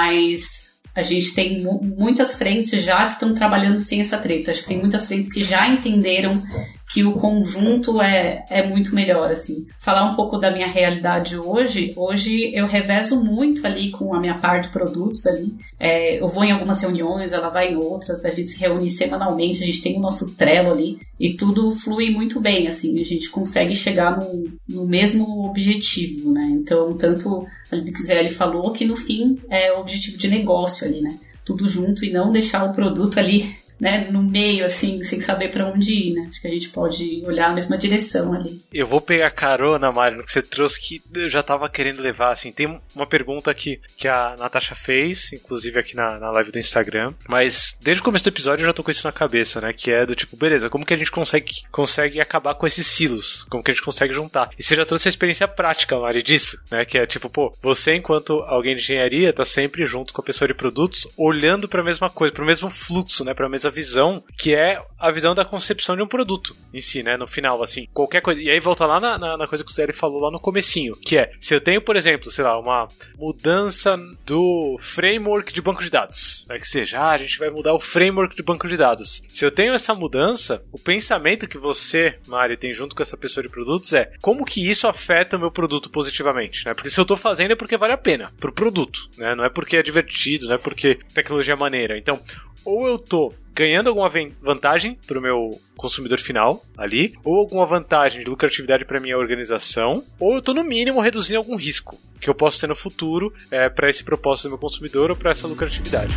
Mas a gente tem muitas frentes já que estão trabalhando sem essa treta. Acho que tem muitas frentes que já entenderam que o conjunto é muito melhor, assim. Falar um pouco da minha realidade hoje eu revezo muito ali com a minha parte de produtos ali. Eu vou em algumas reuniões, ela vai em outras, a gente se reúne semanalmente, a gente tem o nosso Trello ali e tudo flui muito bem, assim, a gente consegue chegar no mesmo objetivo, né? Então, tanto ali do que o Zé falou, que no fim é o objetivo de negócio ali, né? Tudo junto e não deixar o produto ali, né, no meio, assim, sem saber pra onde ir, né? Acho que a gente pode olhar na mesma direção ali. Eu vou pegar carona, Mari, no que você trouxe, que eu já tava querendo levar, assim. Tem uma pergunta aqui que a Natasha fez, inclusive aqui na live do Instagram, mas desde o começo do episódio eu já tô com isso na cabeça, né? Que é do tipo, beleza, como que a gente consegue acabar com esses silos? Como que a gente consegue juntar? E você já trouxe a experiência prática, Mari, disso, né? Que é tipo, você, enquanto alguém de engenharia, tá sempre junto com a pessoa de produtos, olhando pra mesma coisa, pro mesmo fluxo, né? Pra mesma visão, que é a visão da concepção de um produto em si, né? No final, assim, qualquer coisa. E aí volta lá na coisa que o Zé falou lá no comecinho, que é, se eu tenho, por exemplo, sei lá, uma mudança do framework de banco de dados, né? Que seja, a gente vai mudar o framework de banco de dados. Se eu tenho essa mudança, o pensamento que você, Mari, tem junto com essa pessoa de produtos é, como que isso afeta o meu produto positivamente, né? Porque se eu tô fazendo é porque vale a pena pro produto, né? Não é porque é divertido, não é porque tecnologia é maneira. Então, ou eu tô ganhando alguma vantagem para o meu consumidor final ali, ou alguma vantagem de lucratividade para minha organização, ou eu estou no mínimo reduzindo algum risco que eu posso ter no futuro para esse propósito do meu consumidor ou para essa lucratividade.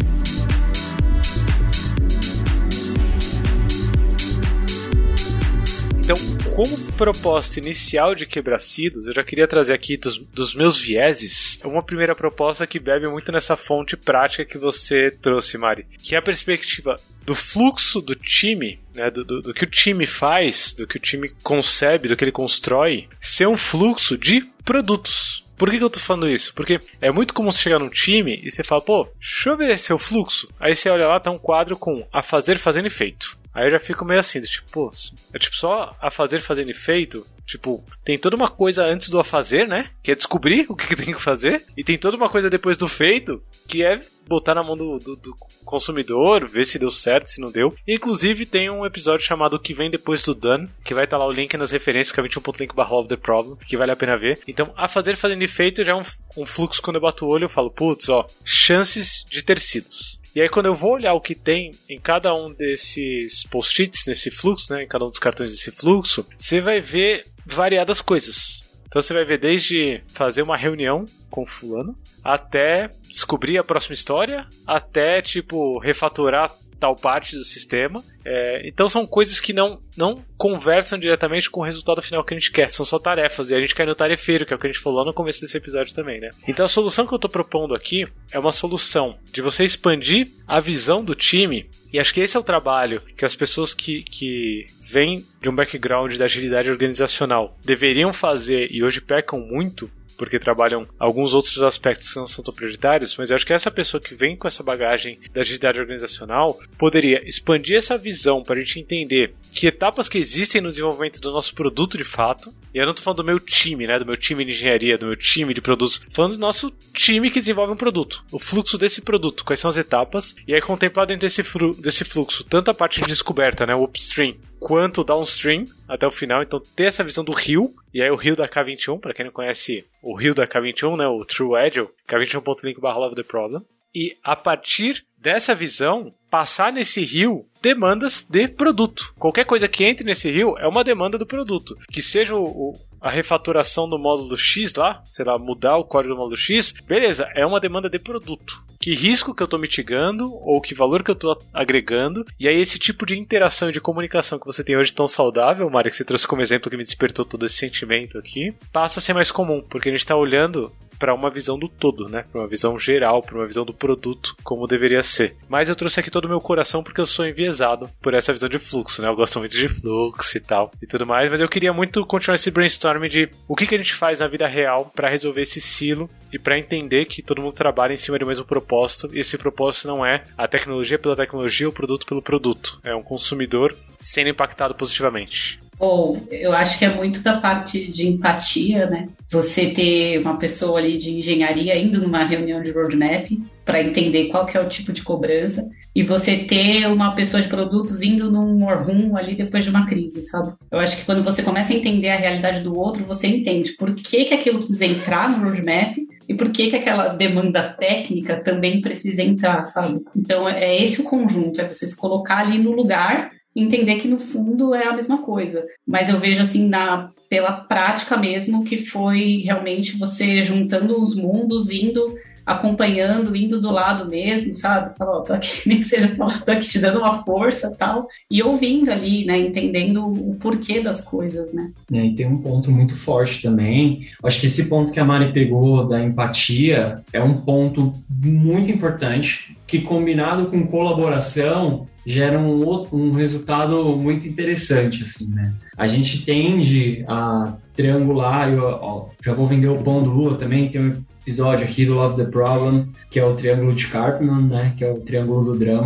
Então, como proposta inicial de Quebracidos, eu já queria trazer aqui dos meus vieses uma primeira proposta que bebe muito nessa fonte prática que você trouxe, Mari, que é a perspectiva do fluxo do time, né, do que o time faz, do que o time concebe, do que ele constrói, ser um fluxo de produtos. Por que eu tô falando isso? Porque é muito comum você chegar num time e você fala, pô, deixa eu ver seu fluxo. Aí você olha lá, tá um quadro com a fazer, fazendo e feito. Aí eu já fico meio assim, tipo, pô, é tipo só a fazer, fazendo e feito. Tipo, tem toda uma coisa antes do a fazer, né? Que é descobrir o que tem que fazer. E tem toda uma coisa depois do feito, que é botar na mão do consumidor, ver se deu certo, se não deu. Inclusive, tem um episódio chamado O que vem depois do done, que vai estar lá o link nas referências, k21.link/LoveTheProblem, que vale a pena ver. Então, a fazer, fazendo e feito já é um fluxo. Quando eu bato o olho, eu falo, putz, ó, chances de ter silos. E aí quando eu vou olhar o que tem em cada um desses post-its, nesse fluxo, né, em cada um dos cartões desse fluxo, você vai ver variadas coisas. Então você vai ver desde fazer uma reunião com fulano, até descobrir a próxima história, até tipo refatorar tal parte do sistema. Então são coisas que não conversam diretamente com o resultado final que a gente quer, são só tarefas, e a gente cai no tarefeiro, que é o que a gente falou lá no começo desse episódio também, né? Então a solução que eu tô propondo aqui é uma solução de você expandir a visão do time, e acho que esse é o trabalho que as pessoas que vêm de um background da agilidade organizacional deveriam fazer, e hoje pecam muito, porque trabalham alguns outros aspectos que não são tão prioritários, mas eu acho que essa pessoa que vem com essa bagagem da agilidade organizacional poderia expandir essa visão para a gente entender que etapas que existem no desenvolvimento do nosso produto de fato, e eu não estou falando do meu time, né, do meu time de engenharia, do meu time de produtos, estou falando do nosso time que desenvolve um produto, o fluxo desse produto, quais são as etapas, e aí contemplar dentro desse fluxo tanto a parte de descoberta, né, o upstream, quanto o downstream até o final. Então ter essa visão do rio, e aí o rio da K21, para quem não conhece o rio da K21, né, o True Agile, k21.link/LoveTheProblem, e a partir dessa visão, passar nesse rio demandas de produto. Qualquer coisa que entre nesse rio é uma demanda do produto. Que seja a refatoração do módulo X lá, sei lá, mudar o código do módulo X, beleza, é uma demanda de produto. Que risco que eu estou mitigando, ou que valor que eu estou agregando, e aí esse tipo de interação e de comunicação que você tem hoje tão saudável, Mari, que você trouxe como exemplo que me despertou todo esse sentimento aqui, passa a ser mais comum, porque a gente está olhando para uma visão do todo, né? Para uma visão geral, para uma visão do produto, como deveria ser. Mas eu trouxe aqui todo o meu coração porque eu sou enviesado por essa visão de fluxo, né? Eu gosto muito de fluxo e tal, e tudo mais, mas eu queria muito continuar esse brainstorming de o que a gente faz na vida real para resolver esse silo e para entender que todo mundo trabalha em cima de um mesmo propósito, e esse propósito não é a tecnologia pela tecnologia, o produto pelo produto. É um consumidor sendo impactado positivamente. Ou eu acho que é muito da parte de empatia, né? Você ter uma pessoa ali de engenharia indo numa reunião de roadmap para entender qual que é o tipo de cobrança, e você ter uma pessoa de produtos indo num war room ali depois de uma crise, sabe? Eu acho que quando você começa a entender a realidade do outro, você entende por que aquilo precisa entrar no roadmap e por que aquela demanda técnica também precisa entrar, sabe? Então é esse o conjunto, é você se colocar ali no lugar, entender que no fundo é a mesma coisa. Mas eu vejo assim, pela prática mesmo, que foi realmente você juntando os mundos, acompanhando, indo do lado mesmo, sabe? Falar, tô aqui, nem que seja, tô aqui te dando uma força, tal, e ouvindo ali, né, entendendo o porquê das coisas, né? E tem um ponto muito forte também, acho que esse ponto que a Mari pegou da empatia é um ponto muito importante, que combinado com colaboração gera um resultado muito interessante, assim, né? A gente tende a triangular, já vou vender o pão do Lula também, tem um episódio aqui do Love the Problem, que é o triângulo de Karpman, né? Que é o triângulo do drama.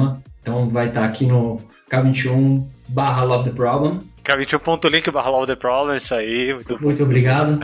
Então vai estar aqui no K21/Love the Problem. K21.link/Love the Problem, isso aí. Muito obrigado.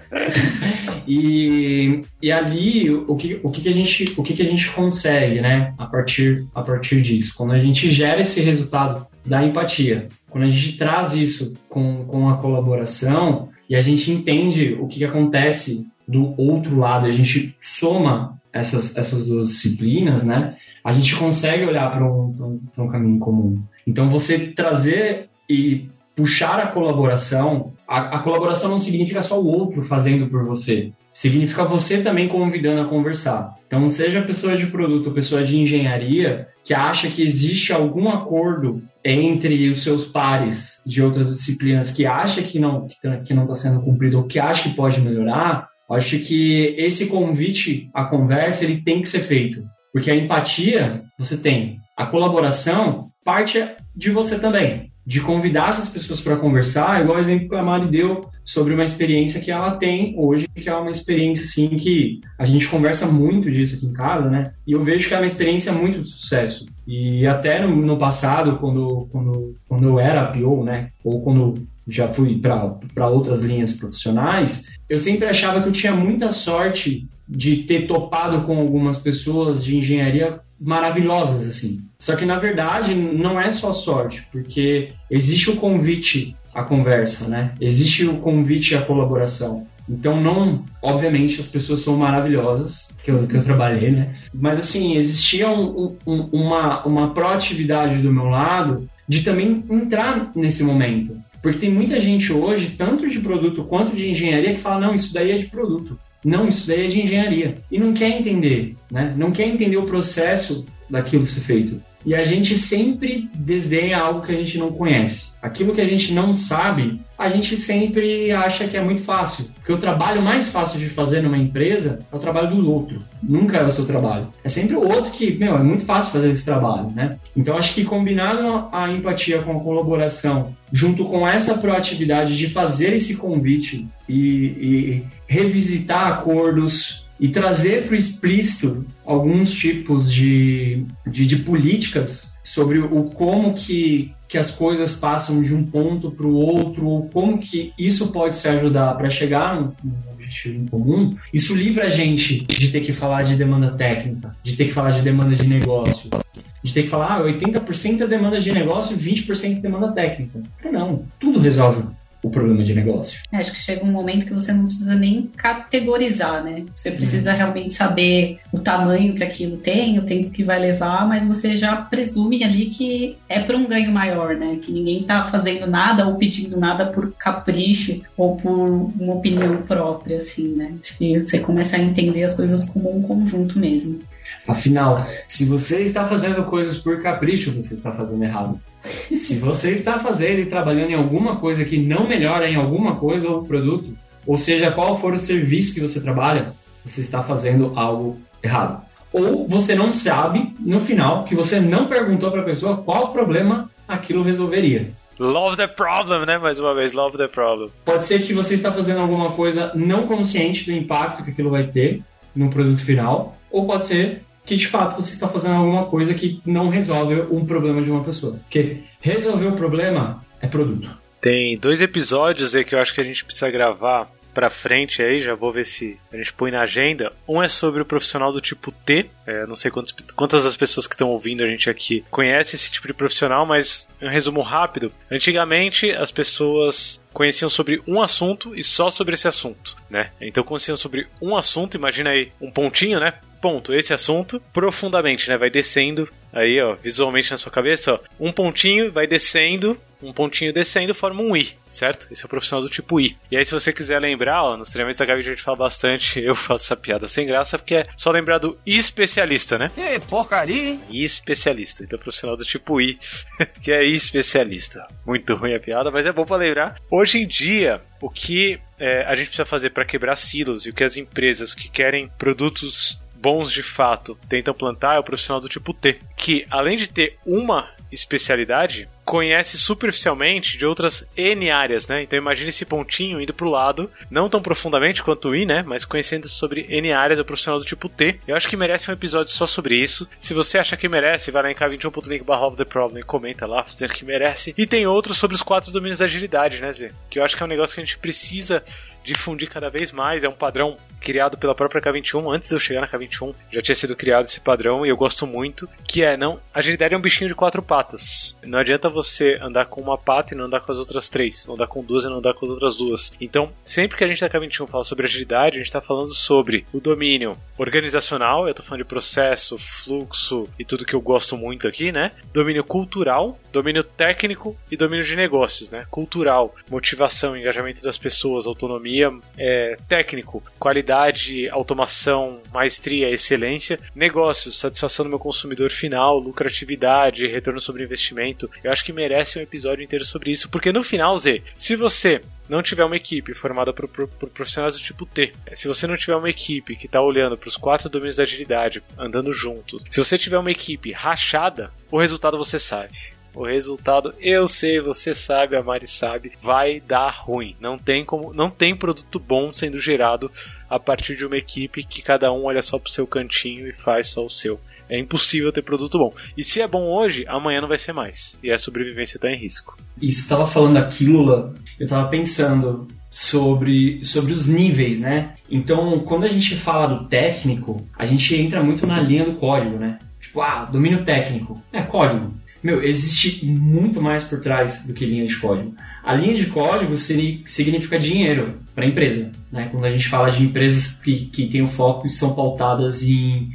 E ali, o que a gente consegue, né, a partir disso? Quando a gente gera esse resultado da empatia, quando a gente traz isso com a colaboração e a gente entende o que acontece do outro lado, a gente soma essas duas disciplinas, né, a gente consegue olhar para um caminho comum. Então, você trazer e puxar a colaboração, a colaboração não significa só o outro fazendo por você, significa você também convidando a conversar. Então, seja pessoa de produto ou pessoa de engenharia que acha que existe algum acordo entre os seus pares de outras disciplinas que acha que não está sendo cumprido ou que acha que pode melhorar, acho que esse convite à conversa ele tem que ser feito. Porque a empatia você tem, a colaboração parte de você também. De convidar essas pessoas para conversar, igual o exemplo que a Mari deu sobre uma experiência que ela tem hoje, que é uma experiência assim que a gente conversa muito disso aqui em casa, né? E eu vejo que é uma experiência muito de sucesso. E até no passado, quando eu era PO, né? Ou quando já fui para outras linhas profissionais, eu sempre achava que eu tinha muita sorte de ter topado com algumas pessoas de engenharia maravilhosas, assim. Só que, na verdade, não é só sorte, porque existe o convite à conversa, né? Existe o convite à colaboração. Então, não... Obviamente, as pessoas são maravilhosas, que eu trabalhei, né? Mas, assim, existia uma proatividade do meu lado de também entrar nesse momento. Porque tem muita gente hoje, tanto de produto quanto de engenharia, que fala, não, isso daí é de produto. Não, isso daí é de engenharia. E não quer entender, né? Não quer entender o processo daquilo ser feito. E a gente sempre desdenha algo que a gente não conhece. Aquilo que a gente não sabe, a gente sempre acha que é muito fácil. Porque o trabalho mais fácil de fazer numa empresa é o trabalho do outro. Nunca é o seu trabalho. É sempre o outro que, é muito fácil fazer esse trabalho, né? Então, acho que combinado a empatia com a colaboração, junto com essa proatividade de fazer esse convite e revisitar acordos e trazer para o explícito alguns tipos de políticas sobre o como que as coisas passam de um ponto para o outro, ou como que isso pode se ajudar para chegar num objetivo em comum, isso livra a gente de ter que falar de demanda técnica, de ter que falar de demanda de negócio, de ter que falar 80% é demanda de negócio e 20% é demanda técnica. Não, tudo resolve o problema de negócio. Acho que chega um momento que você não precisa nem categorizar, né? Você precisa realmente saber o tamanho que aquilo tem, o tempo que vai levar, mas você já presume ali que é por um ganho maior, né? Que ninguém tá fazendo nada ou pedindo nada por capricho ou por uma opinião própria, assim, né? Acho que você começa a entender as coisas como um conjunto mesmo. Afinal, se você está fazendo coisas por capricho, você está fazendo errado. Se você está fazendo e trabalhando em alguma coisa que não melhora em alguma coisa ou produto, ou seja, qual for o serviço que você trabalha, você está fazendo algo errado. Ou você não sabe, no final, que você não perguntou para a pessoa qual problema aquilo resolveria. Love the problem, né? Mais uma vez, love the problem. Pode ser que você está fazendo alguma coisa não consciente do impacto que aquilo vai ter no produto final, ou pode ser que de fato você está fazendo alguma coisa que não resolve um problema de uma pessoa. Porque resolver o problema é produto. Tem 2 episódios aí que eu acho que a gente precisa gravar pra frente aí, já vou ver se a gente põe na agenda. Um é sobre o profissional do tipo T. Não sei quantas das pessoas que estão ouvindo a gente aqui conhecem esse tipo de profissional, mas um resumo rápido. Antigamente as pessoas conheciam sobre um assunto e só sobre esse assunto, né? Então conheciam sobre um assunto, imagina aí um pontinho, né? Ponto, esse assunto, profundamente, né? Vai descendo aí, ó, visualmente na sua cabeça, ó. Um pontinho vai descendo, um pontinho descendo forma um I, certo? Esse é o profissional do tipo I. E aí, se você quiser lembrar, ó, nos treinamentos da Gabi a gente fala bastante, eu faço essa piada sem graça, porque é só lembrar do especialista, né? Ei, porcaria, hein? Especialista. Então, profissional do tipo I, que é especialista. Muito ruim a piada, mas é bom pra lembrar. Hoje em dia, o que a gente precisa fazer para quebrar silos e o que as empresas que querem produtos bons de fato tentam plantar é o profissional do tipo T, que além de ter uma especialidade conhece superficialmente de outras N áreas, né? Então imagine esse pontinho indo pro lado, não tão profundamente quanto o I, né? Mas conhecendo sobre N áreas do profissional do tipo T. Eu acho que merece um episódio só sobre isso. Se você acha que merece, vai lá em k21.link/LoveTheProblem e comenta lá, dizendo que merece. E tem outros sobre os 4 domínios da agilidade, né, Zê? Que eu acho que é um negócio que a gente precisa difundir cada vez mais. É um padrão criado pela própria K21. Antes de eu chegar na K21, já tinha sido criado esse padrão e eu gosto muito, que é, não, agilidade é um bichinho de 4 patas. Não adianta você andar com uma pata e não andar com as outras 3, não andar com 2 e não andar com as outras 2. Então, sempre que a gente da K21 fala sobre agilidade, a gente está falando sobre o domínio organizacional, eu estou falando de processo, fluxo e tudo que eu gosto muito aqui, né? Domínio cultural, domínio técnico e domínio de negócios, né? Cultural, motivação, engajamento das pessoas, autonomia, técnico, qualidade, automação, maestria, excelência, negócios, satisfação do meu consumidor final, lucratividade, retorno sobre investimento. Eu acho que merece um episódio inteiro sobre isso, porque no final, Zê, se você não tiver uma equipe formada por profissionais do tipo T, se você não tiver uma equipe que está olhando para os 4 domínios da agilidade, andando junto, se você tiver uma equipe rachada, o resultado você sabe. O resultado, eu sei, você sabe, a Mari sabe, vai dar ruim. Não tem produto bom sendo gerado a partir de uma equipe que cada um olha só pro seu cantinho e faz só o seu. É impossível ter produto bom. E se é bom hoje, amanhã não vai ser mais. E a sobrevivência está em risco. E você estava falando daquilo, Lula, eu estava pensando sobre os níveis, né? Então, quando a gente fala do técnico, a gente entra muito na linha do código, né? Tipo, domínio técnico. Código. Existe muito mais por trás do que linha de código. A linha de código significa dinheiro para a empresa, né? Quando a gente fala de empresas que têm o foco e são pautadas em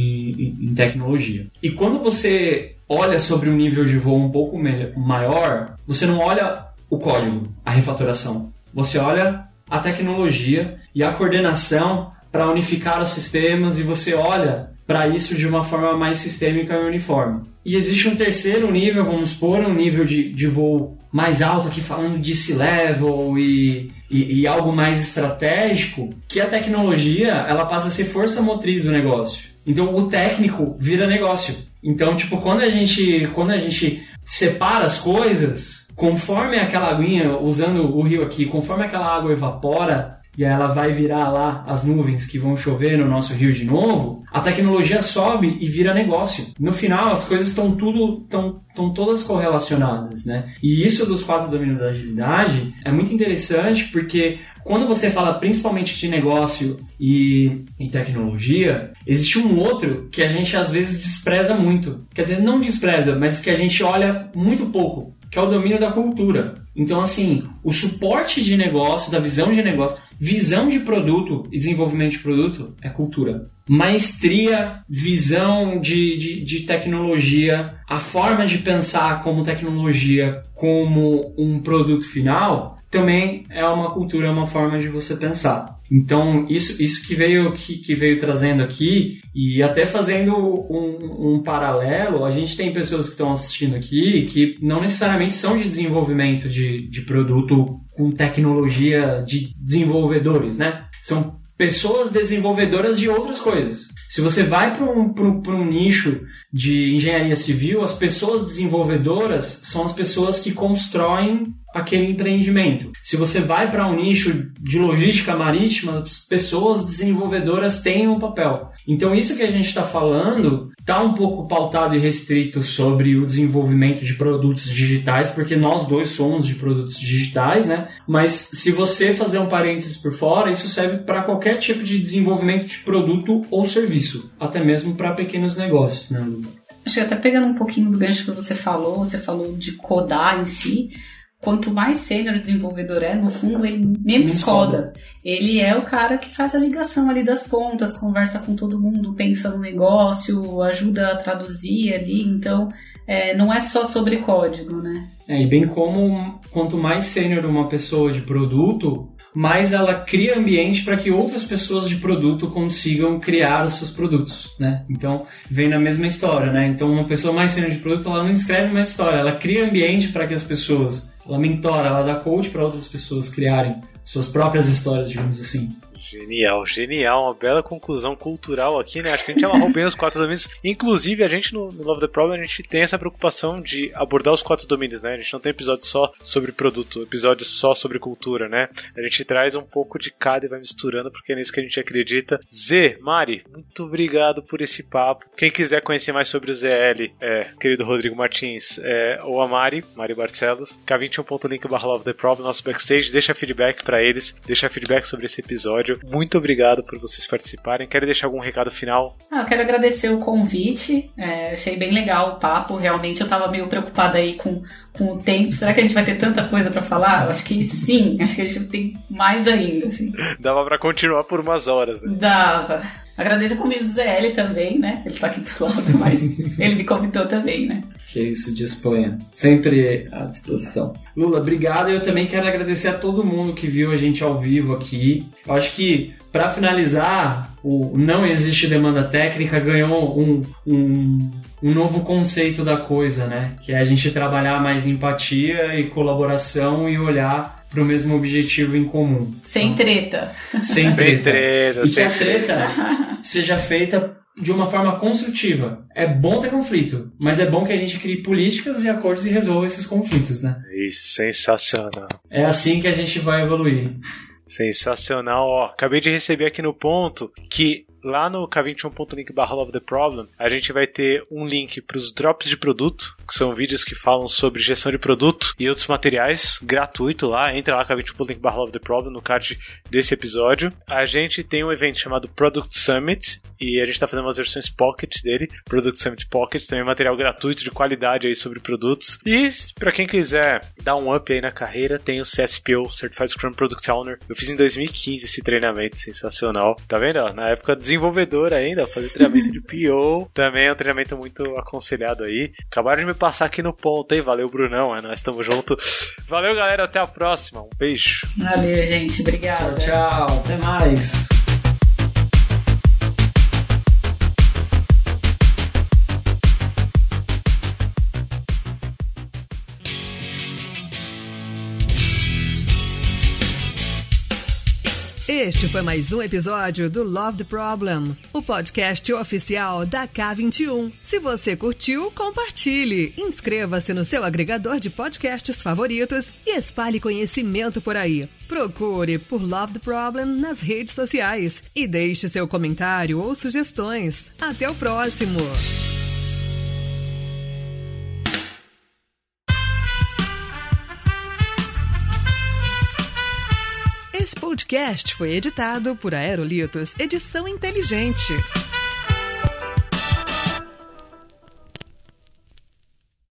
tecnologia. E quando você olha sobre um nível de voo um pouco maior, você não olha o código, a refatoração. Você olha a tecnologia e a coordenação para unificar os sistemas, e você olha para isso de uma forma mais sistêmica e uniforme. E existe um terceiro nível, vamos supor, um nível de voo mais alto, aqui falando de C-Level e algo mais estratégico, que a tecnologia ela passa a ser força motriz do negócio. Então o técnico vira negócio. Então, tipo, quando a gente separa as coisas, conforme aquela aguinha, usando o rio aqui, conforme aquela água evapora, e aí ela vai virar lá as nuvens que vão chover no nosso rio de novo, a tecnologia sobe e vira negócio. No final, as coisas estão todas correlacionadas, né? E isso dos 4 domínios da agilidade é muito interessante, porque quando você fala principalmente de negócio e tecnologia, existe um outro que a gente às vezes despreza muito. Quer dizer, não despreza, mas que a gente olha muito pouco, que é o domínio da cultura. Então, assim, o suporte de negócio, da visão de negócio, visão de produto e desenvolvimento de produto é cultura. Maestria, visão de tecnologia, a forma de pensar como tecnologia, como um produto final, também é uma cultura, é uma forma de você pensar. Então, isso que veio trazendo aqui, e até fazendo um paralelo, a gente tem pessoas que estão assistindo aqui que não necessariamente são de desenvolvimento de produto com tecnologia de desenvolvedores, né? São pessoas desenvolvedoras de outras coisas. Se você vai para um nicho de engenharia civil, as pessoas desenvolvedoras são as pessoas que constroem aquele empreendimento. Se você vai para um nicho de logística marítima, as pessoas desenvolvedoras têm um papel. Então isso que a gente está falando está um pouco pautado e restrito sobre o desenvolvimento de produtos digitais, porque nós dois somos de produtos digitais, né? Mas se você fazer um parênteses por fora, isso serve para qualquer tipo de desenvolvimento de produto ou serviço, até mesmo para pequenos negócios, né, Lu? Acho que até pegando um pouquinho do gancho que você falou de codar em si. Quanto mais sênior o desenvolvedor no fundo, ele menos coda. Ele é o cara que faz a ligação ali das pontas, conversa com todo mundo, pensa no negócio, ajuda a traduzir ali. Então, não é só sobre código, né? E bem como quanto mais sênior uma pessoa de produto, mais ela cria ambiente para que outras pessoas de produto consigam criar os seus produtos, né? Então, vem na mesma história, né? Então, uma pessoa mais sênior de produto, ela não escreve uma história, ela cria ambiente para que as pessoas, ela mentora, ela dá coach para outras pessoas criarem suas próprias histórias, digamos assim. Genial, uma bela conclusão cultural aqui, né? Acho que a gente amarrou bem os 4 domínios. Inclusive, a gente no Love the Problem, a gente tem essa preocupação de abordar os 4 domínios, né? A gente não tem episódio só sobre produto, episódio só sobre cultura, né? A gente traz um pouco de cada e vai misturando, porque é nisso que a gente acredita. Zê, Mari, muito obrigado por esse papo. Quem quiser conhecer mais sobre o ZL, querido Rodrigo Martins, ou a Mari Barcelos, k21.link/Love the Problem, nosso backstage, deixa feedback pra eles, deixa feedback sobre esse episódio. Muito obrigado por vocês participarem. Querem deixar algum recado final? Eu quero agradecer o convite, achei bem legal o papo, realmente eu tava meio preocupada aí com o tempo. Será que a gente vai ter tanta coisa pra falar? Eu acho que sim, acho que a gente tem mais ainda, assim. Dava pra continuar por umas horas, né? Dava. Agradeço o convite do ZL também, né? Ele tá aqui do lado, mas ele me convidou também, né? Que isso, disponha. Sempre à disposição. Lula, obrigado. Eu também quero agradecer a todo mundo que viu a gente ao vivo aqui. Eu acho que, para finalizar, o Não Existe Demanda Técnica ganhou um novo conceito da coisa, né? Que é a gente trabalhar mais empatia e colaboração e olhar para o mesmo objetivo em comum. Sem treta. Sem treta. E que a treta treta seja feita de uma forma construtiva. É bom ter conflito, mas é bom que a gente crie políticas e acordos e resolva esses conflitos, né? Isso, sensacional. É assim que a gente vai evoluir. Sensacional, ó. Acabei de receber aqui no ponto que lá no k21.link/Love the Problem, a gente vai ter um link para os drops de produto, que são vídeos que falam sobre gestão de produto e outros materiais, gratuito lá. Entra lá, k21.link/Love the Problem, no card desse episódio. A gente tem um evento chamado Product Summit, e a gente está fazendo umas versões Pocket dele, Product Summit Pocket, também material gratuito de qualidade aí sobre produtos. E para quem quiser dar um up aí na carreira, tem o CSPO, Certified Scrum Product Owner. Eu fiz em 2015 esse treinamento, sensacional. Tá vendo? Ó, na época desenvolvedor ainda, fazer treinamento de PO, também é um treinamento muito aconselhado aí. Acabaram de me passar aqui no ponto aí, valeu Brunão, nós estamos juntos. Valeu galera, até a próxima, um beijo. Valeu gente, obrigado. Tchau, até mais. Este foi mais um episódio do Love the Problem, o podcast oficial da K21. Se você curtiu, compartilhe, inscreva-se no seu agregador de podcasts favoritos e espalhe conhecimento por aí. Procure por Love the Problem nas redes sociais e deixe seu comentário ou sugestões. Até o próximo! Esse podcast foi editado por Aerolitos Edição Inteligente.